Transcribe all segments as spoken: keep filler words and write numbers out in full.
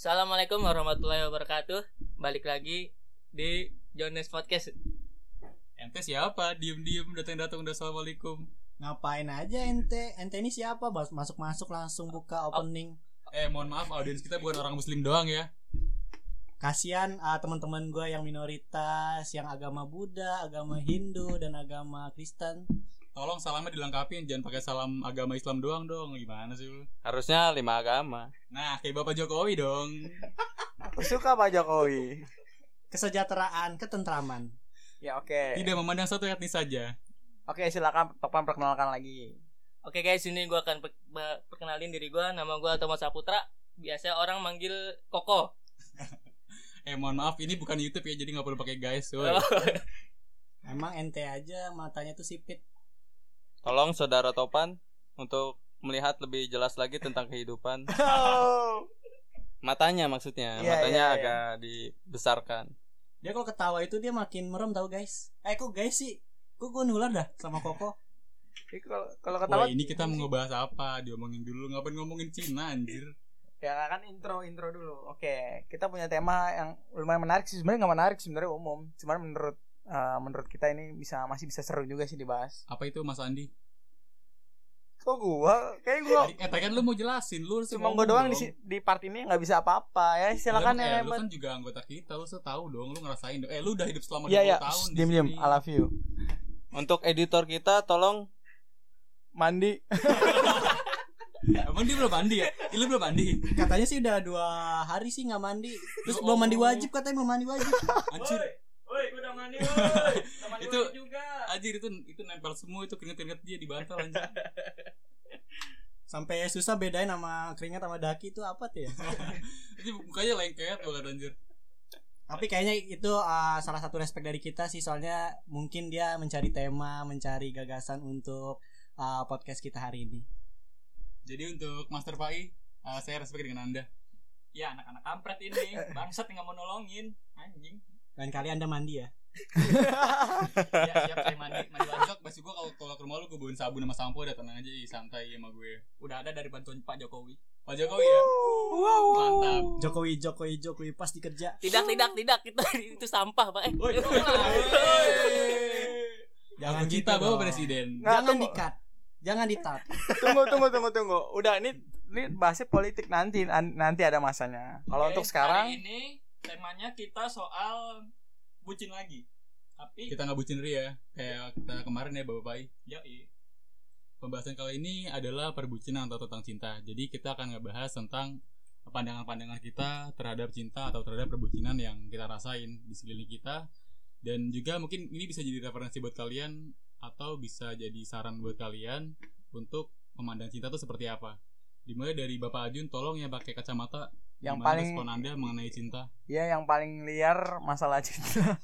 Assalamualaikum warahmatullahi wabarakatuh. Balik lagi di Jones Podcast. Ente siapa? Diem-diem datang-datang udah assalamualaikum. Ngapain aja ente? Ente ini siapa? Masuk-masuk langsung buka opening. Eh mohon maaf, audiens kita bukan orang muslim doang ya. Kasian uh, teman-teman gue yang minoritas, yang agama Buddha, agama Hindu, dan agama Kristen. Tolong salamnya dilengkapin, jangan pakai salam agama Islam doang dong. Gimana sih lu? Harusnya lima agama. Nah, kayak Bapak Jokowi dong. Aku suka Pak Jokowi. Kesejahteraan, ketentraman. Ya oke. Okay. Tidak memandang satu etnis saja. Oke, okay, silakan Topan perkenalkan lagi. Oke guys, ini gue akan per- perkenalin diri gue. Nama gue Thomas Saputra. Biasa orang manggil Koko. Eh mohon maaf, ini bukan YouTube ya, jadi gak perlu pakai guys. Emang ente aja matanya tuh sipit. Tolong saudara Topan untuk melihat lebih jelas lagi tentang kehidupan. Matanya maksudnya, yeah, matanya yeah, agak yeah. dibesarkan. Dia kalau ketawa itu dia makin merem tau guys. Eh kok guys sih? Kok gue nular dah sama Koko? Kalau kalau ketawa. Wah, ini kita mau ngebahas apa? Diomongin dulu, ngapain ngomongin Cina anjir? Ya kan intro intro dulu. Oke, kita punya tema yang lumayan menarik sih. Sebenarnya nggak menarik sebenarnya umum. Cuman menurut uh, menurut kita ini bisa masih bisa seru juga sih dibahas. Apa itu Mas Andi? Kok gua? Kayak gua. Eh tadi kan lu mau jelasin, lu cuma gua doang di di part ini nggak bisa apa-apa ya. Silakan ya. ya. Lu kan juga anggota kita, lu tahu dong, lu ngerasain dong. Eh lu udah hidup selama dua puluh yeah, tahun. Di diam-diam, I love you. Untuk editor kita tolong mandi. Emang dia belum mandi ya? Lu belum mandi? Katanya sih udah dua hari sih nggak mandi. Terus oh, belum mandi wajib, katanya belum mandi wajib. Anjir. Woi, gue udah mandi, woi. Itu juga. Anjir itu itu nempel semua itu keringet-keringet dia di bantal anjir. Sampai susah bedain sama keringat sama daki itu apa tuh ya? Jadi mukanya lengket banget anjir. Tapi kayaknya itu uh, salah satu respect dari kita sih, soalnya mungkin dia mencari tema, mencari gagasan untuk uh, podcast kita hari ini. Jadi untuk Master Pai, uh, saya respect dengan Anda. Ya anak-anak kampret ini, bangsat nggak mau nolongin, anjing. Lain kali Anda mandi ya. Ya siap saya mandi, mandi besok besok gue kalau kalau ke rumah lu gue bawain sabun sama sampo, udah tenang aja, santai sama gue. Udah ada dari bantuan Pak Jokowi. Pak Jokowi ya. Wow. Mantap. Jokowi Jokowi Jokowi pasti kerja. Tidak tidak tidak itu itu sampah Pak. Eh. Jangan kita gitu bawa dong. Presiden. Jangan di-cut. Jangan di-cut. Tunggu tunggu tunggu tunggu. Udah ini ini bahasnya politik nanti nanti ada masanya. Kalau okay, untuk sekarang hari ini temanya kita soal bucin lagi. Tapi kita nggak bucin ri ya, kayak kita kemarin ya Bapak Pai. Ya, iya. Pembahasan kali ini adalah perbucinan atau tentang cinta. Jadi kita akan ngebahas tentang pandangan-pandangan kita terhadap cinta atau terhadap perbucinan yang kita rasain di sekeliling kita. Dan juga mungkin ini bisa jadi referensi buat kalian atau bisa jadi saran buat kalian untuk memandang cinta itu seperti apa. Dimulai dari Bapak Ajun, tolong ya pakai kacamata. Yang gimana paling respon Anda mengenai cinta? Ya yang paling liar masalah cinta.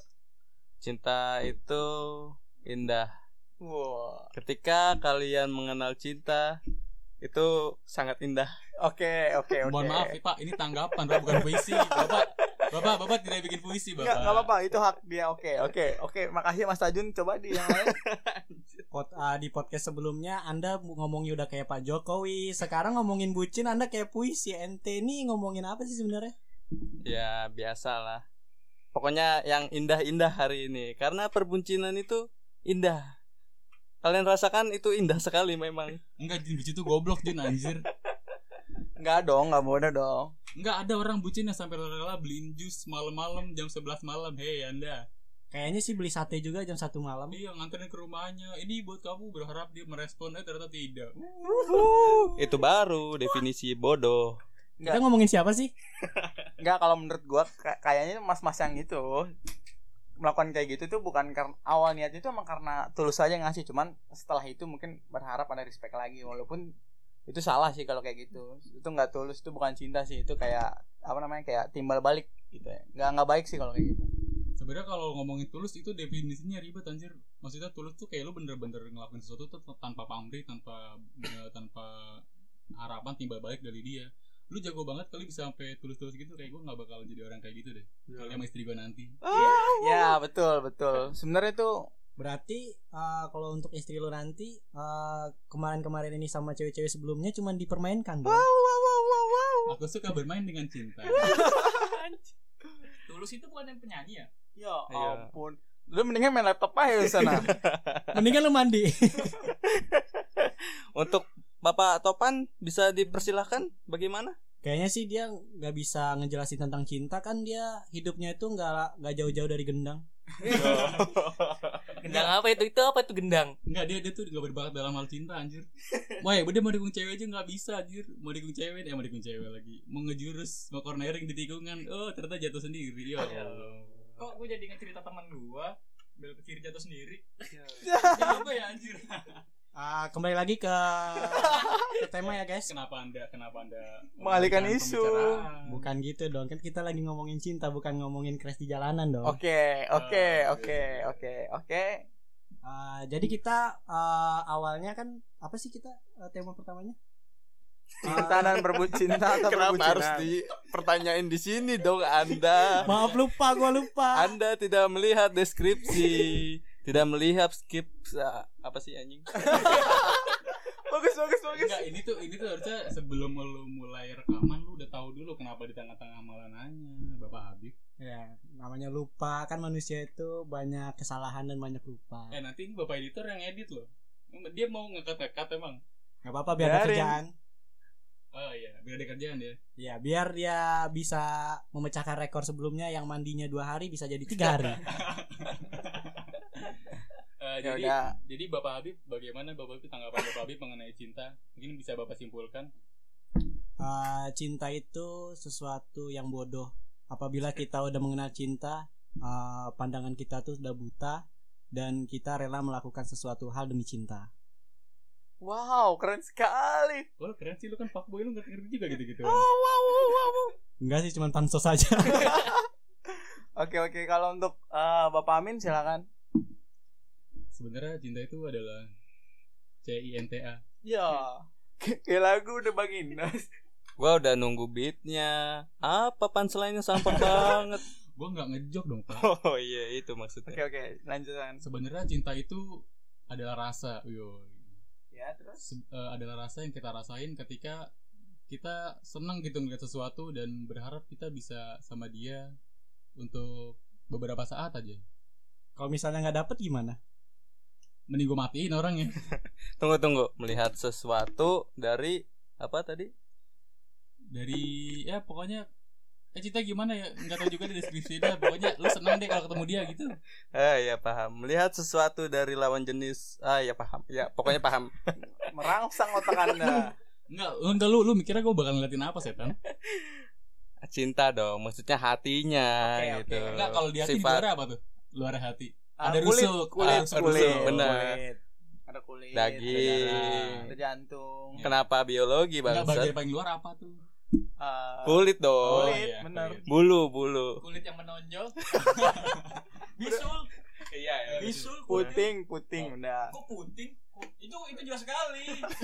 Cinta itu indah. Wow. Ketika kalian mengenal cinta, itu sangat indah. Oke oke oke. Mohon maaf Pak, ini tanggapan Pak, bukan puisi. Bapak Bapak Bapak tidak bikin puisi Bapak. Enggak enggak apa-apa, itu hak dia. Oke oke oke. Makasih Mas Tajun, coba di yang lain. Pod, uh, di podcast sebelumnya Anda ngomongnya udah kayak Pak Jokowi. Sekarang ngomongin bucin Anda kayak puisi. Ente ini ngomongin apa sih sebenarnya? Ya biasalah. Pokoknya yang indah-indah hari ini. Karena perbucinan itu indah. Kalian rasakan itu indah sekali memang. Enggak, Jin, bucin itu goblok Jin, anjir. Enggak dong, enggak boleh dong. Enggak ada orang bucin yang sampai rela-rela beliin jus malam-malam jam sebelas malam. Hei Anda. Kayaknya sih beli sate juga jam satu malam. Iya, nganterin ke rumahnya. Ini buat kamu, berharap dia merespon, eh ternyata tidak. Itu baru definisi bodoh. Kita ngomongin siapa sih? Enggak, kalau menurut gua k- kayaknya mas-mas yang itu melakukan kayak gitu tuh bukan karena awal niatnya itu emang karena tulus aja ngasih, cuman setelah itu mungkin berharap ada respect lagi, walaupun itu salah sih kalau kayak gitu. Itu nggak tulus, itu bukan cinta sih, itu kayak apa namanya, kayak timbal balik gitu ya. Nggak nggak baik sih kalau kayak gitu. Sebenarnya kalau ngomongin tulus itu definisinya ribet anjir. Maksudnya tulus tuh kayak lu bener-bener ngelakuin sesuatu tuh tanpa pamrih, tanpa tanpa harapan timbal balik dari dia. Lu jago banget kali bisa sampai tulus-tulus gitu, kayak gue nggak bakal jadi orang kayak gitu deh. Kalau sama istri gue nanti. Oh, ya betul betul. Sebenarnya itu Berarti uh, kalau untuk istri lu nanti uh, kemarin-kemarin ini sama cewek-cewek sebelumnya cuma dipermainkan dong. Wow wow wow wow wow. Aku suka bermain dengan cinta. Tulus itu bukan yang penyanyi ya? Ya Iya. ampun. Lu mendingan main laptop aja di sana. Mendingan lu mandi. Untuk Bapak Topan bisa dipersilahkan bagaimana? Kayaknya sih dia nggak bisa ngejelasin tentang cinta, kan dia hidupnya itu nggak nggak jauh-jauh dari gendang. Gendang apa itu? Itu apa itu gendang? Enggak, dia dia tuh gak berbakat dalam hal cinta anjir. Wah, dia mau dukung cewek aja gak bisa anjir. Mau dukung cewek, dia mau dukung cewek lagi. Mau ngejurus, mau cornering di tikungan. Oh, ternyata jatuh sendiri. Ya Allah. Kok gue jadi ngecerita teman gue belok ke kiri jatuh sendiri? Ya apa ya anjir? Ah, kembali lagi ke ke tema ya guys. Kenapa Anda kenapa Anda Mengalihkan mengalihkan isu. pembicaraan? Bukan gitu dong, kan kita lagi ngomongin cinta, bukan ngomongin crash di jalanan dong. Oke, oke, oke, oke, oke. Ah, jadi kita ah, awalnya kan apa sih kita ah, tema pertamanya? Cinta dan berebut cinta atau Kenapa perbucinan? harus dipertanyain di sini dong Anda? Maaf lupa, gua lupa. Anda tidak melihat deskripsi, tidak melihat skip ah, apa sih anjing? Bagus, bagus, bagus. Enggak, ini tuh ini tuh harusnya sebelum lu mulai rekaman lu udah tahu dulu kenapa di tengah-tengah malah nanya, Bapak Habib. Ya, namanya lupa, kan manusia itu banyak kesalahan dan banyak lupa. Eh, nanti ini Bapak editor yang edit loh. Dia mau ngekat-ngekat emang. Gak apa-apa, biar ada Biarin. kerjaan. Oh iya, biar ada kerjaan ya. Ya, biar dia bisa memecahkan rekor sebelumnya yang mandinya dua hari bisa jadi tiga hari. Eh, Ya jadi udah. jadi Bapak Habib, bagaimana Bapak Habib tanggapan Bapak Habib mengenai cinta? Mungkin bisa Bapak simpulkan. Ah, cinta itu sesuatu yang bodoh. Apabila kita udah mengenal cinta, ah, pandangan kita tuh udah buta dan kita rela melakukan sesuatu hal demi cinta. Wow, keren sekali. Oh, keren sih lu kan fuckboy, lu ngerti-ngerti juga gitu-gitu. Wow, wow, wow, wow. Enggak sih, cuman pansos aja. Oke, oke. Kalau untuk eh, Bapak Amin silakan. Sebenarnya cinta itu adalah C I N T A. Ya. Kayak lagu udah Bagindas. Gua udah nunggu beatnya. Apa punchline-nya sampah banget. Gua nggak ngejok dong, Pak. Oh iya itu maksudnya. Oke, oke. Lanjutan. Sebenarnya cinta itu adalah rasa, yo. Ya, terus. Se- eh, adalah rasa yang kita rasain ketika kita senang gitu ngeliat sesuatu dan berharap kita bisa sama dia untuk beberapa saat aja. Kalau misalnya nggak dapet gimana? Mending gue matiin orangnya. Tunggu tunggu, melihat sesuatu dari apa tadi? Dari ya pokoknya eh cinta gimana ya, nggak tahu juga di deskripsinya. Pokoknya lu senang deh kalau ketemu dia gitu. Ah ya paham. Melihat sesuatu dari lawan jenis. Ah ya paham. Ya pokoknya paham. Merangsang otak Anda. Enggak, enggak lu lu mikirnya gue bakal ngeliatin apa setan? Cinta dong, maksudnya hatinya Oke, gitu. oke. Enggak, kalau di hati di Sifat. luar apa tuh? Luar hati. Ah, Ada kulit, rusuk, kulit, ah, rusuk, kulit, rusuk, benar. kulit. Ada kulit, Daging. ada darah, ada jantung. Kenapa biologi Enggak, bangsat? bagian paling luar apa tuh? Ah, Kulit dong. Kulit, iya, benar. kulit. Bulu, bulu. Kulit yang menonjol. Bisul. Iya, ya. Bisul. kulit. puting, puting, udah. Kok puting? Kok- Itu itu jelas sekali.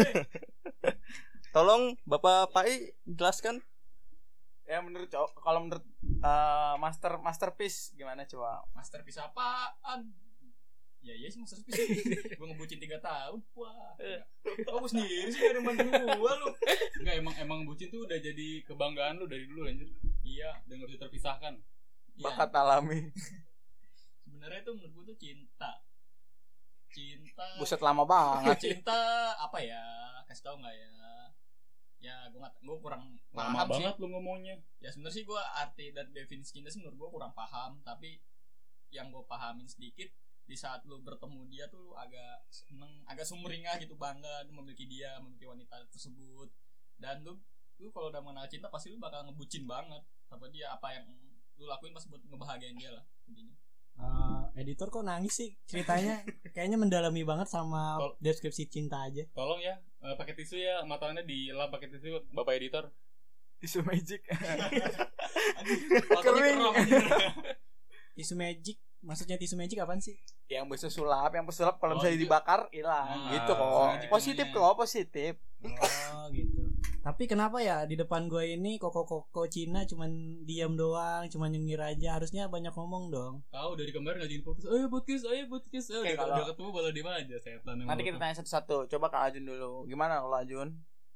Tolong Bapak Pai jelaskan. Ya menurut cowok, kalau menurut eh, master masterpiece gimana coba? Masterpiece apaan? Ya iya sih masterpiece. Gue ngebucin tiga tahun. Wah. Oh, gue sendiri sih gak ada yang bantuin gue lu. Enggak, emang emang bucin tuh udah jadi kebanggaan lu dari dulu anjir. Iya. Dan gak bisa terpisahkan. Iya. Bakat alami. Sebenarnya itu menurut gue tuh cinta. Cinta. Buset lama banget. Cinta apa ya? Kasih tau nggak ya? Ya gue nggak, gue kurang Lama paham sih. banget lu ngomongnya. Ya sebenarnya sih gue arti dan definisi cinta sih menurut gue kurang paham. Tapi yang gue pahamin sedikit, di saat lu bertemu dia tuh lu agak seneng, agak sumringah gitu, bangga lu memiliki dia, memiliki wanita tersebut. Dan lu lu kalau udah mengenal cinta pasti lu bakal ngebucin banget sama dia. Apa yang lu lakuin pasti buat ngebahagiain dia lah intinya. Ah, editor kok nangis sih ceritanya? Kayaknya mendalami banget sama Kol- deskripsi cinta aja. Tolong ya, eh, pakai tisu ya, matanya dilap pakai tisu, Bapak editor. Tisu magic. Kering. Tisu magic, maksudnya tisu magic apaan sih? Yang bisa sulap, yang pesulap kalau Oh, misalnya itu- dibakar hilang Ah, gitu kok. magic Positif namanya. kok, positif. Oh gitu. Tapi kenapa ya di depan gue ini koko-koko Cina cuman diam doang, cuman nyengir aja. Harusnya banyak ngomong dong. Tahu dari kemarin ngajuin podcast, ayo podcast, ayo podcast, ayo Oke, udah, kalau- udah ketemu malah diem aja setan. emang Nanti kita bapak. tanya satu-satu. Coba Kak Ajun dulu. Gimana kalau Ajun?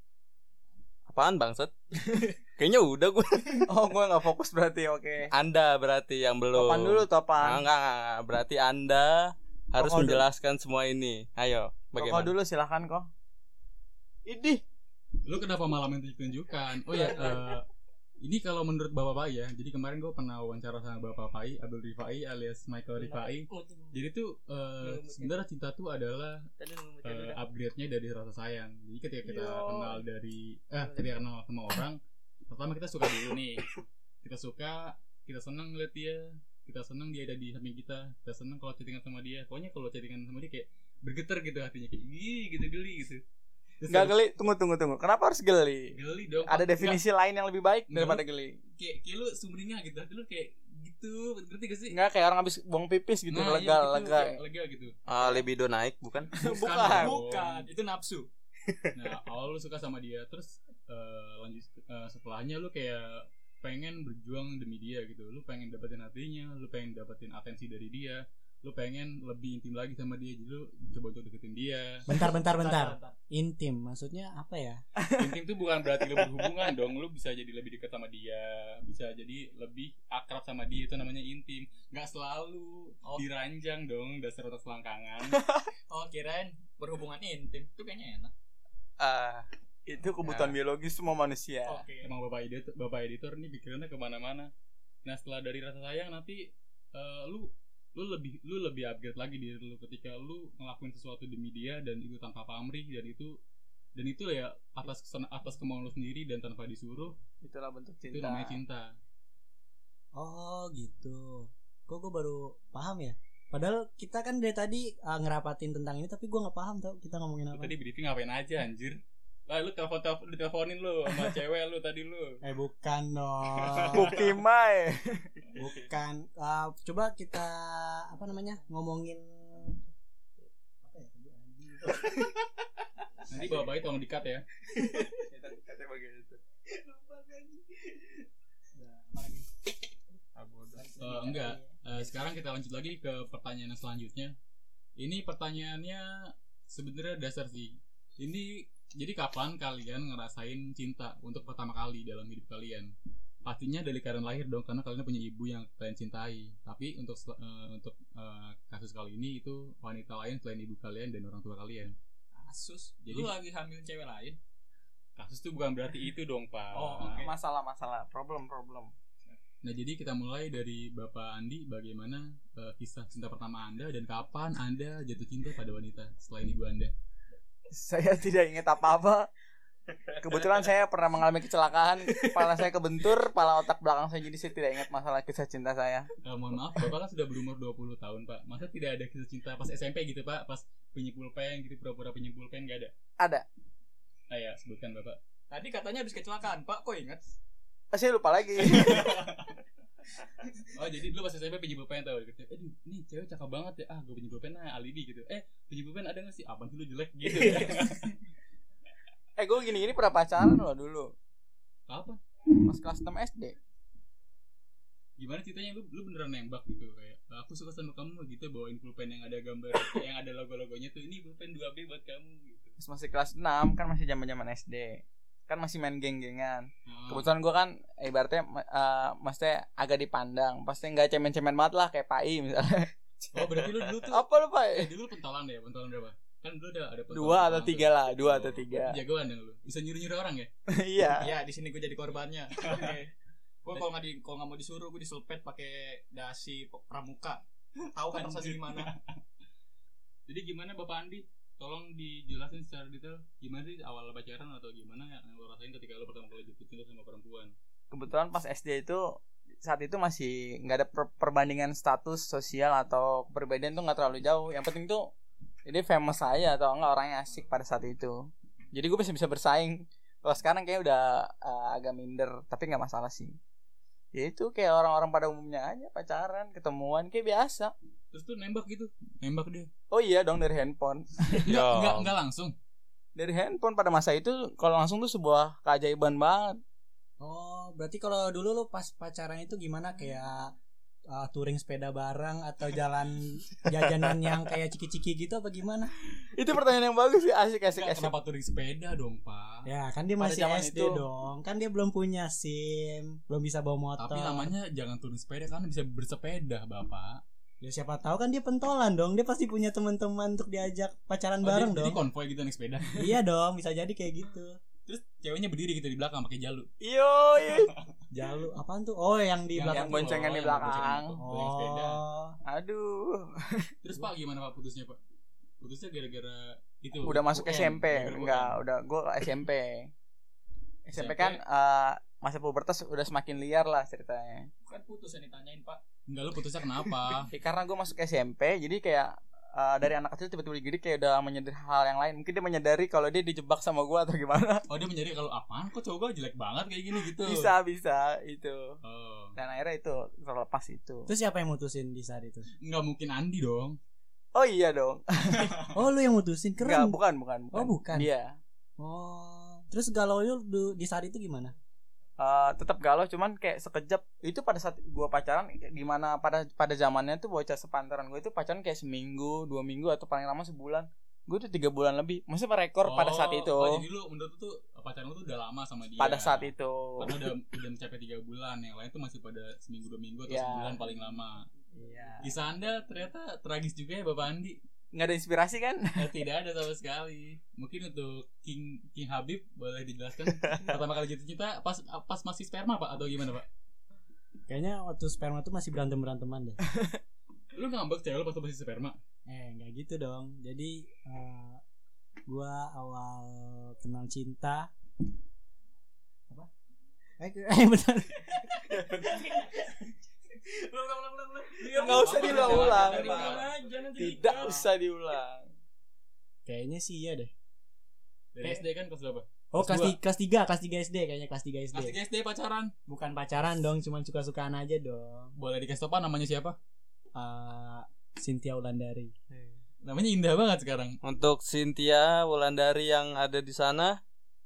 Apaan bangsat? Kayaknya udah gue. Oh, gue nggak fokus berarti. Oke. Anda berarti yang belum. Topan dulu, Nah, Topan. enggak, enggak, enggak. Berarti Anda harus Koko dulu. menjelaskan semua ini. Ayo, Koko bagaimana? dulu silahkan kok. Idih. Lu kenapa malah main tunjuk-tunjukkan? Oh ya, eh, ini kalau menurut Bapak Pai ya. Jadi kemarin gue pernah wawancara sama Bapak Pai, Abdul Rifai alias Michael Rifai. Jadi tuh eh, sebenarnya cinta tuh adalah eh, upgrade-nya dari rasa sayang. Jadi ketika kita Yo. kenal dari eh ketika kenal sama orang, pertama kita suka dulu nih. Kita suka, kita senang ngeliat dia, kita senang dia ada di samping kita, kita senang kalau chattingan sama dia. Pokoknya kalau chattingan sama dia kayak bergetar gitu hatinya kayak gini gitu geli gitu. Terus Gak harus- geli, tunggu tunggu tunggu. Kenapa harus geli? geli dong. Ada Nggak, definisi lain yang lebih baik Nggak. daripada geli. kayak kayak lu sumringah gitu. Hati lu kayak gitu, ngerti gak sih? Enggak kayak orang habis buang pipis gitu, Nah, lega, iya gitu, lega. kayak lega gitu. Ah, libido naik bukan? Bukan. dong. Bukan, itu nafsu. Nah, awal lu suka sama dia, terus eh, lanjut eh, setelahnya lu kayak pengen berjuang demi dia gitu. Lu pengen dapetin hatinya, lu pengen dapetin atensi dari dia, lu pengen lebih intim lagi sama dia. Jadi lu coba untuk deketin dia. Bentar bentar bentar. Intim maksudnya apa ya? Intim tuh bukan berarti lu berhubungan dong. Lu bisa jadi lebih dekat sama dia, bisa jadi lebih akrab sama dia, itu namanya intim. Gak selalu Oh. diranjang dong, dasar otak selangkangan. Oh, kirain berhubungan intim. Itu kayaknya enak. Ah, itu kebutuhan biologis semua manusia. Oke. Emang bapak editor, bapak editor nih pikirannya kemana-mana. Nah setelah dari rasa sayang nanti eh, lu lu lebih lu lebih upgrade lagi diri lu ketika lu ngelakuin sesuatu demi dia dan itu tanpa pamrih dan itu dan itu ya atas kesen- atas kemauan lu sendiri dan tanpa disuruh. Itulah bentuk Itu cinta. namanya cinta. Oh gitu. Kok gue baru paham ya? Padahal kita kan dari tadi uh, ngerapatin tentang ini, tapi gue nggak paham tau kita ngomongin Lu apa. tadi briefing ngapain aja anjir? Lah lu telepon telepon diteleponin lu sama cewek lu tadi lu. Eh bukan dong. Bukimai. Bukan. Uh, coba kita apa namanya ngomongin apa ya? tadi, anjing. Nanti bapak tolong di-cut ya. Kata bagian itu. Nah, apa lagi? Eh, enggak. Eh, sekarang kita lanjut lagi ke pertanyaan yang selanjutnya. Ini pertanyaannya sebenarnya dasar sih. Ini jadi kapan kalian ngerasain cinta untuk pertama kali dalam hidup kalian? Pastinya dari kalian lahir dong, karena kalian punya ibu yang kalian cintai. Tapi untuk eh, untuk eh, kasus kali ini itu wanita lain selain ibu kalian dan orang tua kalian. Kasus. Jadi- Lu lagi hamil cewek lain. Kasus itu bukan berarti itu dong, Pak. Oh, oke. Masalah-masalah, problem-problem. Nah, jadi kita mulai dari Bapak Andi, bagaimana eh, kisah cinta pertama Anda dan kapan Anda jatuh cinta pada wanita selain ibu Anda? Saya tidak ingat apa-apa. Kebetulan saya pernah mengalami kecelakaan, kepala saya kebentur, kepala otak belakang saya, jadi saya tidak ingat masalah kisah cinta saya. Eh, mohon maaf, Bapak kan sudah berumur dua puluh tahun, Pak. Masa tidak ada kisah cinta pas S M P gitu, Pak? Pas punya pulpen gitu, pura-pura punya pulpen, gak ada? Ada. Ah ya, sebutkan Bapak. Tadi katanya habis kecelakaan, Pak. Kok inget? Eh, saya lupa lagi. Oh, jadi dulu pas S M P punya pulpen tau. Aduh, nih cewek cakep banget ya. Ah, gue punya pulpen, nah alibi gitu. Eh, punya pulpen ada gak sih? Apaan sih lu jelek gitu ya? Eh, gue gini-gini pernah pacaran loh dulu. Apa? Pas kelas enam S D. Gimana ceritanya lu lu beneran nembak gitu kayak aku suka sama kamu gitu, bawain pulpen yang ada gambar yang ada logo-logonya tuh, ini pulpen dua B buat kamu gitu. Pas masih kelas enam, kan masih zaman-zaman S D. Kan masih main geng-gengan. Nah, Kebetulan gue kan eh, ibaratnya uh, maksudnya agak dipandang. Pasti nggak cemen-cemen banget lah kayak Pai misalnya. oh berarti lu dulu tuh Apa lu eh, Pai? dulu pentolan ya, pentolan berapa? Kan dulu ada ada pentolan. Dua atau pentolan tiga tuh. lah, dua Oh, atau tiga. Jagoan dong lu. Bisa nyuruh-nyuruh orang ya? Iya. Iya, di sini gue jadi korbannya. Oke. Gue kalau nggak di kalau nggak mau disuruh, gue diselpet pakai dasi pramuka. Tahu kan rasanya gimana? Jadi gimana Bapak Andi? Tolong dijelasin secara detail gimana sih awal pacaran atau gimana yang lo rasain ketika lo pertama kali jatuh cinta sama perempuan? Kebetulan pas S D itu saat itu masih nggak ada per- perbandingan status sosial atau kepribadian tuh nggak terlalu jauh. Yang penting tuh ini famous aja atau enggak orangnya asik pada saat itu. Jadi gue bisa bisa bersaing. Kalau sekarang kayak udah uh, agak minder, tapi nggak masalah sih. Ya itu kayak orang-orang pada umumnya aja pacaran, ketemuan kayak biasa. Terus tuh nembak gitu, nembak dia. Oh iya dong dari handphone. Enggak, Ya. enggak, enggak langsung. dari handphone pada masa itu kalau langsung tuh sebuah keajaiban banget. Oh, berarti kalau dulu lu pas pacaran itu gimana, kayak uh, touring sepeda bareng atau jalan jajanan yang kayak ciki-ciki gitu apa gimana? Itu pertanyaan yang bagus sih, asik asik Enggak, asik. kenapa touring sepeda dong, Pak? Ya, kan dia Pada masih zaman S D itu. dong. Kan dia belum punya SIM, belum bisa bawa motor. Tapi namanya jangan touring sepeda karena bisa bersepeda, Bapak. Ya siapa tahu kan dia pentolan dong. Dia pasti punya teman-teman untuk diajak pacaran Oh, bareng jadi, dong. jadi konvoy gitu naik sepeda. Iya dong, bisa jadi kayak gitu. Terus ceweknya berdiri gitu di belakang pakai jalu. Iyo, Jalu apaan tuh? Oh, yang di Yang- belakang. yang boncengan di yang belakang. boncengan itu. Naik sepeda. Oh. aduh. Terus Pak gimana Pak putusnya Pak? Putusnya gara-gara itu. Udah masuk U N, S M P, gara-gara U N. enggak, udah gua ke S M P. S M P S M P kan eh, masa pubertas udah semakin liar lah ceritanya. Kan putus yang ditanyain Pak. Enggak, lu putusnya kenapa? Ya, karena gue masuk S M P, jadi kayak eh, dari anak kecil tiba-tiba gini kayak udah menyadari hal yang lain. Mungkin dia menyadari kalau dia dijebak sama gue atau gimana. Oh, dia menjadi kalau apaan kok cowok gue jelek banget kayak gini gitu. Bisa bisa itu. Oh. Dan akhirnya itu terlepas itu. Terus siapa yang mutusin di saat itu? Enggak mungkin Andi dong. Oh iya dong. Oh, lu yang mutusin. Enggak, Keren. bukan bukan bukan. Oh, bukan. Dia. Oh. Terus galau lu du- di saat itu gimana? Eh, tetap galau, cuman kayak sekejap. Itu pada saat gue pacaran, di mana pada pada zamannya tuh bocah sepantaran gue itu pacaran kayak seminggu, dua minggu atau paling lama sebulan. Gue tuh tiga bulan lebih. Maksudnya rekor pada saat itu. Oh, jadi lu menurut lu tuh pacaran lu tuh udah lama sama dia. Pada saat itu. Karena udah udah mencapai tiga bulan, yang lain tuh masih pada seminggu dua minggu atau Ya. sebulan paling lama. Iya. Kisah Anda ternyata tragis juga ya Bapak Andi. Nggak ada inspirasi kan? Eh, tidak ada sama sekali. Mungkin untuk King King Habib boleh dijelaskan pertama kali jatuh cinta pas pas masih sperma Pak atau gimana Pak? Kayaknya waktu sperma tuh masih berantem-beranteman deh. Lu ngambek cewek lu pas masih sperma? Eh, nggak gitu dong. Jadi eh, gua awal kenal cinta apa? Eh, ke- eh bentar. Nggak usah diulang-ulang, Dari Pak. mana aja nanti Tidak nikah. usah diulang. Kayaknya sih iya deh. Dari S D kan kelas berapa? Oh, Kelas kelas tiga, kelas tiga, kelas tiga S D kayaknya, kelas tiga S D. Kelas tiga S D pacaran. Bukan pacaran dong, cuman suka-sukaan aja dong. Boleh dikasih tau Pak namanya siapa? Eh, Cynthia Wulandari. Namanya indah banget sekarang. Untuk Cynthia Wulandari yang ada di sana,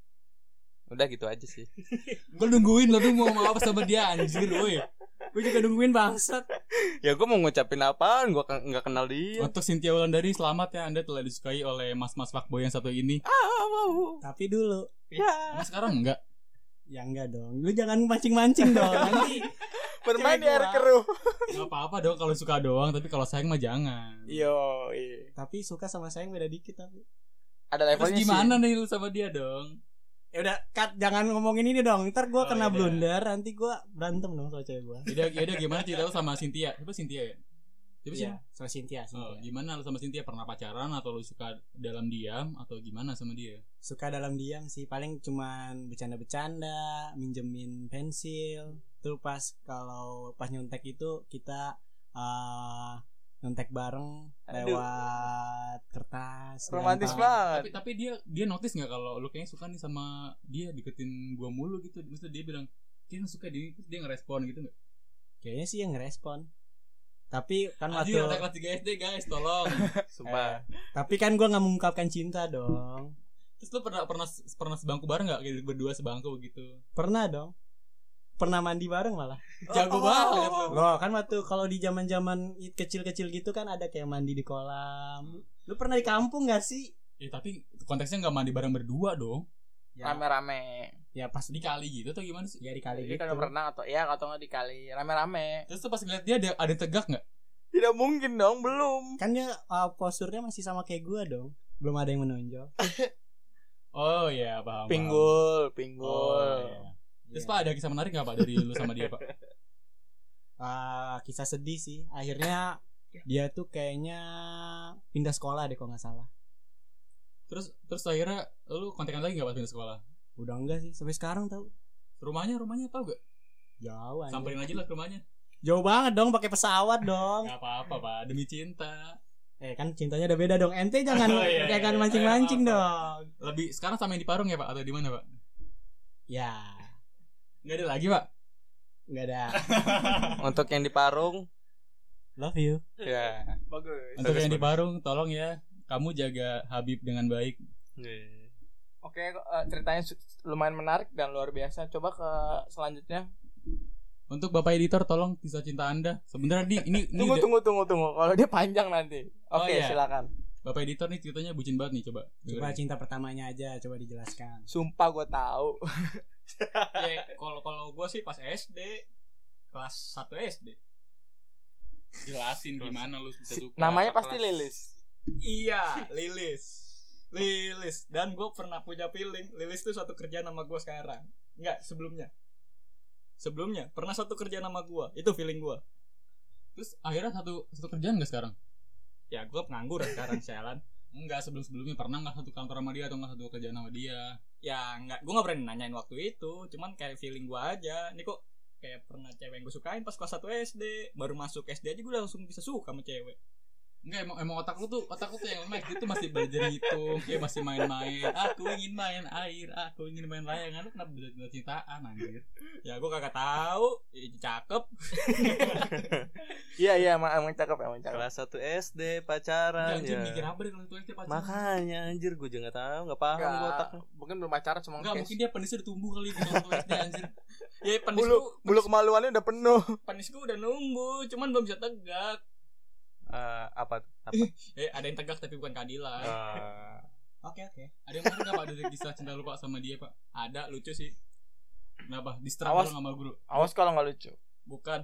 udah gitu aja sih. Gue nungguin lo tuh mau ngomong apa sama dia anjir, woi. Gue juga nungguin bangsat. Ya gue mau ngucapin apaan, gue kan nggak kenal dia. Untuk Cynthia Wulandari, selamat ya, Anda telah disukai oleh mas-mas fuckboy yang satu ini. Ah, mau. Tapi dulu, Ya, Emang sekarang enggak? ya enggak dong. Lu jangan mancing-mancing dong. Nanti Bermain di Cewek air gua. keruh. Enggak apa-apa dong kalau suka doang, tapi kalau sayang mah jangan. Yo, iya. tapi suka sama sayang beda dikit tapi. Ada Terus levelnya gimana sih. nih lu sama dia dong? Ya udah, cut, jangan ngomongin ini dong. Ntar gua Oh, kena iya. blunder, nanti gua berantem dong sama cewek gua. Yaudah, yaudah gimana cerita lu sama Cynthia? Siapa Cynthia ya? Siapa sih? Iya, sama Cynthia, Oh, Cynthia. gimana lu sama Cynthia? Pernah pacaran atau lu suka dalam diam atau gimana sama dia? Suka dalam diam sih, paling cuman bercanda-bercanda, minjemin pensil. Tuh pas kalau pas nyontek itu kita eh nyontek bareng Aduh. lewat kertas. Romantis gampang. banget. Tapi tapi dia dia notice nggak kalau lu kayaknya suka nih sama dia, deketin gua mulu gitu. Maksudnya dia bilang, "Kayaknya suka dia." Terus dia ngerespon gitu enggak? Kayaknya sih yang ngerespon. Tapi kan waktu Anjir, anak kelas tiga S D guys, tolong. sumpah. tapi kan gua nggak mengungkapkan cinta dong. Terus lu pernah pernah pernah sebangku bareng nggak kayak berdua sebangku gitu? Pernah dong. Pernah mandi bareng malah. Jago banget lu. Loh, kan waktu kalau di zaman-zaman kecil-kecil gitu kan ada kayak mandi di kolam. Lu pernah di kampung gak sih? Ya tapi konteksnya nggak mandi bareng berdua dong. Ya, Rame-rame. ya pas Di kali gitu atau gimana sih? ya di kali Jadi gitu. kalau berenang atau ya atau nggak dikali rame-rame. Terus tuh pas ngeliat dia ada ada yang tegak nggak? Tidak mungkin dong, belum. Kan dia uh, posturnya masih sama kayak gua dong. Belum ada yang menonjol. Oh iya paham. paham. Pinggul, pinggul. Oh, iya. Terus Pak ada kisah menarik nggak Pak dari lu sama dia Pak? Ah, kisah sedih sih. Akhirnya dia tuh kayaknya pindah sekolah deh kalau nggak salah. Terus terus akhirnya lu kontekan lagi nggak pas pindah sekolah? Udah enggak sih sampai sekarang tahu. Rumahnya rumahnya tahu gak? Jauh aja. Samperin aja lah ke rumahnya. Jauh banget dong pakai pesawat dong. Gak apa-apa Pak, demi cinta. Eh kan cintanya udah beda dong. Ente jangan Oh, iya, jangan iya. mancing-mancing Eh, dong. Lebih sekarang sama yang di Parung ya Pak atau di mana Pak? Ya, Nggak ada lagi Pak. enggak ada. Untuk yang di Parung, Love you. ya. Bagus. Untuk Bagus, yang di bagus. Parung tolong ya, kamu jaga Habib dengan baik. Oke, eh, ceritanya su- lumayan menarik dan luar biasa. Coba ke selanjutnya. Untuk Bapak editor tolong kisah cinta Anda. Sebenarnya di ini ini Tunggu udah- tunggu tunggu tunggu. Kalau dia panjang nanti. Oh, Oke, iya. silakan. Bapak editor nih ceritanya bucin banget nih, coba. Coba dengerin. cinta pertamanya aja, coba dijelaskan. Sumpah gue tahu. Ya, kalau kalau gue sih pas S D kelas satu S D. Jelasin gimana lu bisa Si- suka. namanya apa pasti kelas. Lilis. Iya, Lilis. Lilis dan gue pernah punya feeling Lilis tuh satu kerjaan sama gue sekarang. Enggak, sebelumnya. Sebelumnya pernah satu kerjaan sama gue. Itu feeling gue. Terus akhirnya satu satu kerjaan enggak sekarang? Ya gue pengangguran sekarang sialan. Enggak, sebelum-sebelumnya pernah enggak satu kantor sama dia atau enggak satu kerjaan sama dia? Ya enggak, gue gak berani nanyain waktu itu. Cuman kayak feeling gue aja. Ini kok kayak pernah cewek yang gue sukain pas kelas satu S D. Baru masuk S D aja gue langsung bisa suka sama cewek. Enggak, emang emang otak lu tuh otak lu tuh yang lemah. Dia tuh masih belajar hitung, dia masih main-main. Aku ingin main air, aku ingin main layangan. Lu kenapa belajar cintaan anjir? Ya gue kagak tahu. Ih, cakep. Iya iya emang, emang cakep emang cakep. Kelas satu S D Enggak, pacaran anjir ya. mikir apa deh kalau itu S D pacaran? Makanya anjir gue juga gak tahu, gak paham gue Enggak, otaknya. mungkin belum pacaran cuma Enggak, mungkin mungkin dia penisnya udah tumbuh kali di waktu S D anjir. Ya penis bulu gue bulu kemaluannya udah penuh. penis gue udah numbuh. Cuman belum bisa tegak. Eh, apa tuh? Apa? Eh ada yang tegak tapi bukan keadilan. Eh, Oke oke. Ada yang mana enggak Pak dari kisah cinta lu Pak sama dia, Pak? Ada lucu sih. Kenapa? Distrap Awas. bareng sama guru. Awas kalau nggak lucu. Bukan.